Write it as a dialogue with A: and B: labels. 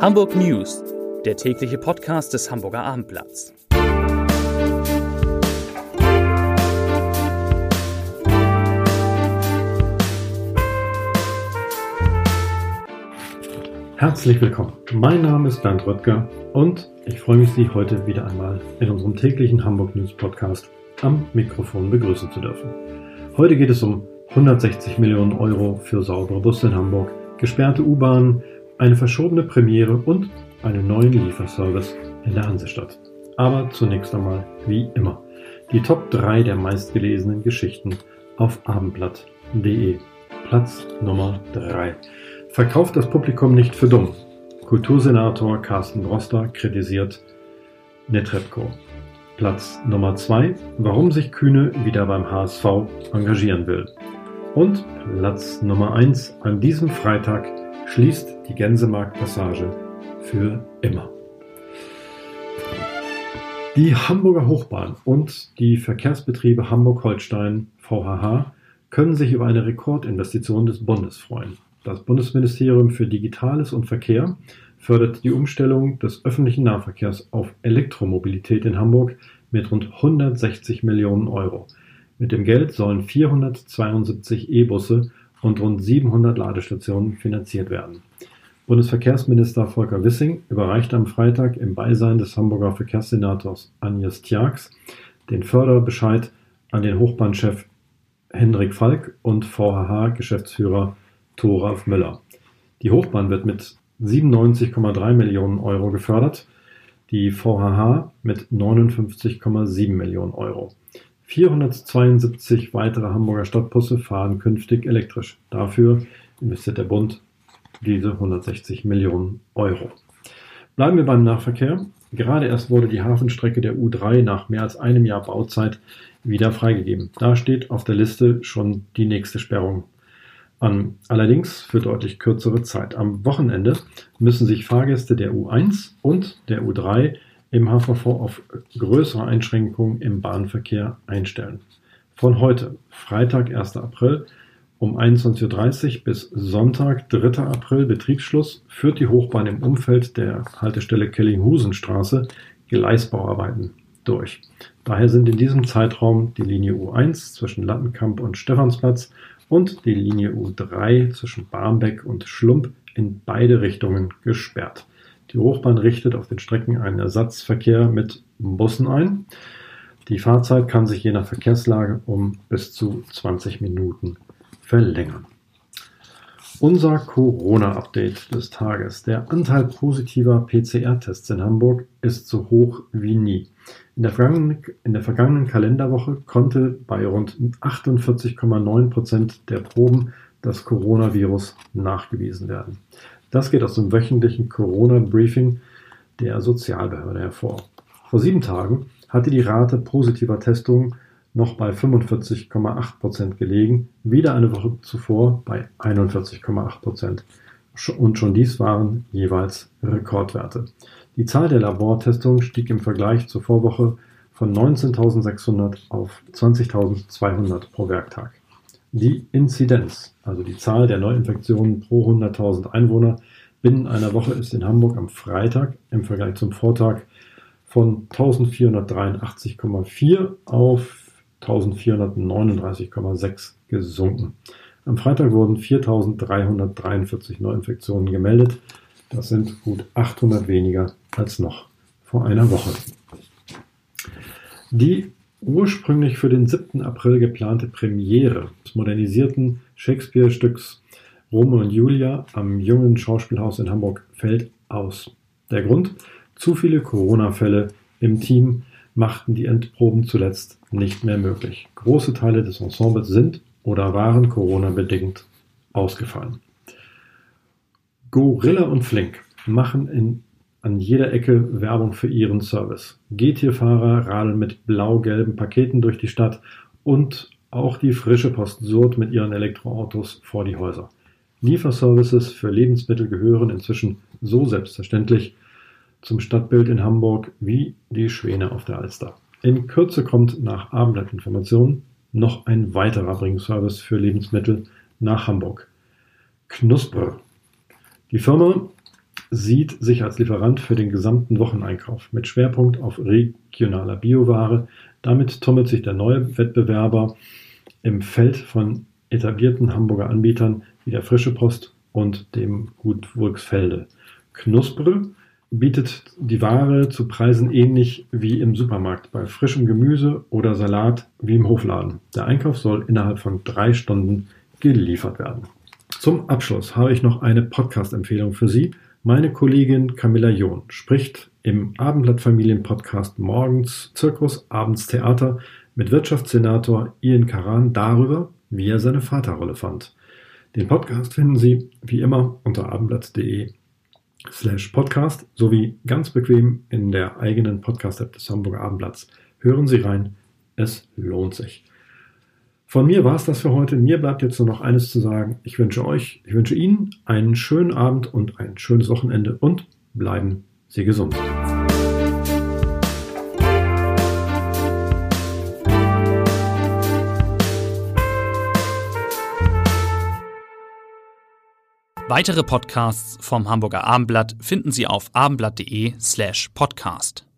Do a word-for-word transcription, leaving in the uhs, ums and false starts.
A: Hamburg News, der tägliche Podcast des Hamburger Abendblatts.
B: Herzlich willkommen. Mein Name ist Bernd Röttger und ich freue mich, Sie heute wieder einmal in unserem täglichen Hamburg News Podcast am Mikrofon begrüßen zu dürfen. Heute geht es um hundertsechzig Millionen Euro für saubere Busse in Hamburg, gesperrte U-Bahnen, eine verschobene Premiere und einen neuen Lieferservice in der Hansestadt. Aber zunächst einmal, wie immer, die Top drei der meistgelesenen Geschichten auf abendblatt punkt de. Platz Nummer drei. Verkauft das Publikum nicht für dumm. Kultursenator Carsten Broster kritisiert Netrebko. Platz Nummer zwei. Warum sich Kühne wieder beim H S V engagieren will. Und Platz Nummer eins. An diesem Freitag schließt die Gänsemarkt-Passage für immer. Die Hamburger Hochbahn und die Verkehrsbetriebe Hamburg-Holstein V H H können sich über eine Rekordinvestition des Bundes freuen. Das Bundesministerium für Digitales und Verkehr fördert die Umstellung des öffentlichen Nahverkehrs auf Elektromobilität in Hamburg mit rund hundertsechzig Millionen Euro. Mit dem Geld sollen vierhundertzweiundsiebzig E-Busse und rund siebenhundert Ladestationen finanziert werden. Bundesverkehrsminister Volker Wissing überreichte am Freitag im Beisein des Hamburger Verkehrssenators Agnes Tjax den Förderbescheid an den Hochbahnchef Hendrik Falk und V H H-Geschäftsführer Thoralf Müller. Die Hochbahn wird mit siebenundneunzig Komma drei Millionen Euro gefördert, die V H H mit neunundfünfzig Komma sieben Millionen Euro. vierhundertzweiundsiebzig weitere Hamburger Stadtbusse fahren künftig elektrisch. Dafür investiert der Bund diese hundertsechzig Millionen Euro. Bleiben wir beim Nahverkehr. Gerade erst wurde die Hafenstrecke der U drei nach mehr als einem Jahr Bauzeit wieder freigegeben. Da steht auf der Liste schon die nächste Sperrung an. Allerdings für deutlich kürzere Zeit. Am Wochenende müssen sich Fahrgäste der U eins und der U drei im H V V auf größere Einschränkungen im Bahnverkehr einstellen. Von heute, Freitag, erster April, um einundzwanzig Uhr dreißig bis Sonntag, dritter April, Betriebsschluss, führt die Hochbahn im Umfeld der Haltestelle Kellinghusenstraße Gleisbauarbeiten durch. Daher sind in diesem Zeitraum die Linie U eins zwischen Lattenkamp und Stephansplatz und die Linie U drei zwischen Barmbek und Schlump in beide Richtungen gesperrt. Die Hochbahn richtet auf den Strecken einen Ersatzverkehr mit Bussen ein. Die Fahrzeit kann sich je nach Verkehrslage um bis zu zwanzig Minuten verlängern. Unser Corona-Update des Tages. Der Anteil positiver P C R-Tests in Hamburg ist so hoch wie nie. In der vergangenen, in der vergangenen Kalenderwoche konnte bei rund achtundvierzig Komma neun Prozent der Proben das Coronavirus nachgewiesen werden. Das geht aus dem wöchentlichen Corona-Briefing der Sozialbehörde hervor. Vor sieben Tagen hatte die Rate positiver Testungen noch bei fünfundvierzig Komma acht Prozent gelegen, wieder eine Woche zuvor bei einundvierzig Komma acht Prozent. Und schon dies waren jeweils Rekordwerte. Die Zahl der Labortestungen stieg im Vergleich zur Vorwoche von neunzehntausendsechshundert auf zwanzigtausendzweihundert pro Werktag. Die Inzidenz, also die Zahl der Neuinfektionen pro hunderttausend Einwohner binnen einer Woche, ist in Hamburg am Freitag im Vergleich zum Vortag von eintausendvierhundertdreiundachtzig Komma vier auf eintausendvierhundertneununddreißig Komma sechs gesunken. Am Freitag wurden viertausenddreihundertdreiundvierzig Neuinfektionen gemeldet. Das sind gut achthundert weniger als noch vor einer Woche. Die ursprünglich für den siebten April geplante Premiere des modernisierten Shakespeare-Stücks Romeo und Julia am Jungen Schauspielhaus in Hamburg fällt aus. Der Grund? Zu viele Corona-Fälle im Team machten die Endproben zuletzt nicht mehr möglich. Große Teile des Ensembles sind oder waren Corona-bedingt ausgefallen. Gorilla und Flink machen in, an jeder Ecke Werbung für ihren Service. Gehirfahrer radeln mit blau-gelben Paketen durch die Stadt und auch die frische Post surrt mit ihren Elektroautos vor die Häuser. Lieferservices für Lebensmittel gehören inzwischen so selbstverständlich zum Stadtbild in Hamburg wie die Schwäne auf der Alster. In Kürze kommt nach Abendblattinformationen noch ein weiterer Bringservice für Lebensmittel nach Hamburg. Knusper. Die Firma sieht sich als Lieferant für den gesamten Wocheneinkauf mit Schwerpunkt auf regionaler Bioware. Damit tummelt sich der neue Wettbewerber im Feld von etablierten Hamburger Anbietern wie der Frische Post und dem Gut Wulksfelde. Knuspre bietet die Ware zu Preisen ähnlich wie im Supermarkt bei frischem Gemüse oder Salat wie im Hofladen. Der Einkauf soll innerhalb von drei Stunden geliefert werden. Zum Abschluss habe ich noch eine Podcast-Empfehlung für Sie. Meine Kollegin Camilla John spricht im Abendblatt-Familien-Podcast Morgens Zirkus, abends Theater mit Wirtschaftssenator Ian Karan darüber, wie er seine Vaterrolle fand. Den Podcast finden Sie wie immer unter abendblatt.de slash podcast sowie ganz bequem in der eigenen Podcast-App des Hamburger Abendblatts. Hören Sie rein, es lohnt sich. Von mir war es das für heute. Mir bleibt jetzt nur noch eines zu sagen. Ich wünsche euch, ich wünsche Ihnen einen schönen Abend und ein schönes Wochenende und bleiben Sie gesund.
A: Weitere Podcasts vom Hamburger Abendblatt finden Sie auf abendblatt.de slash podcast.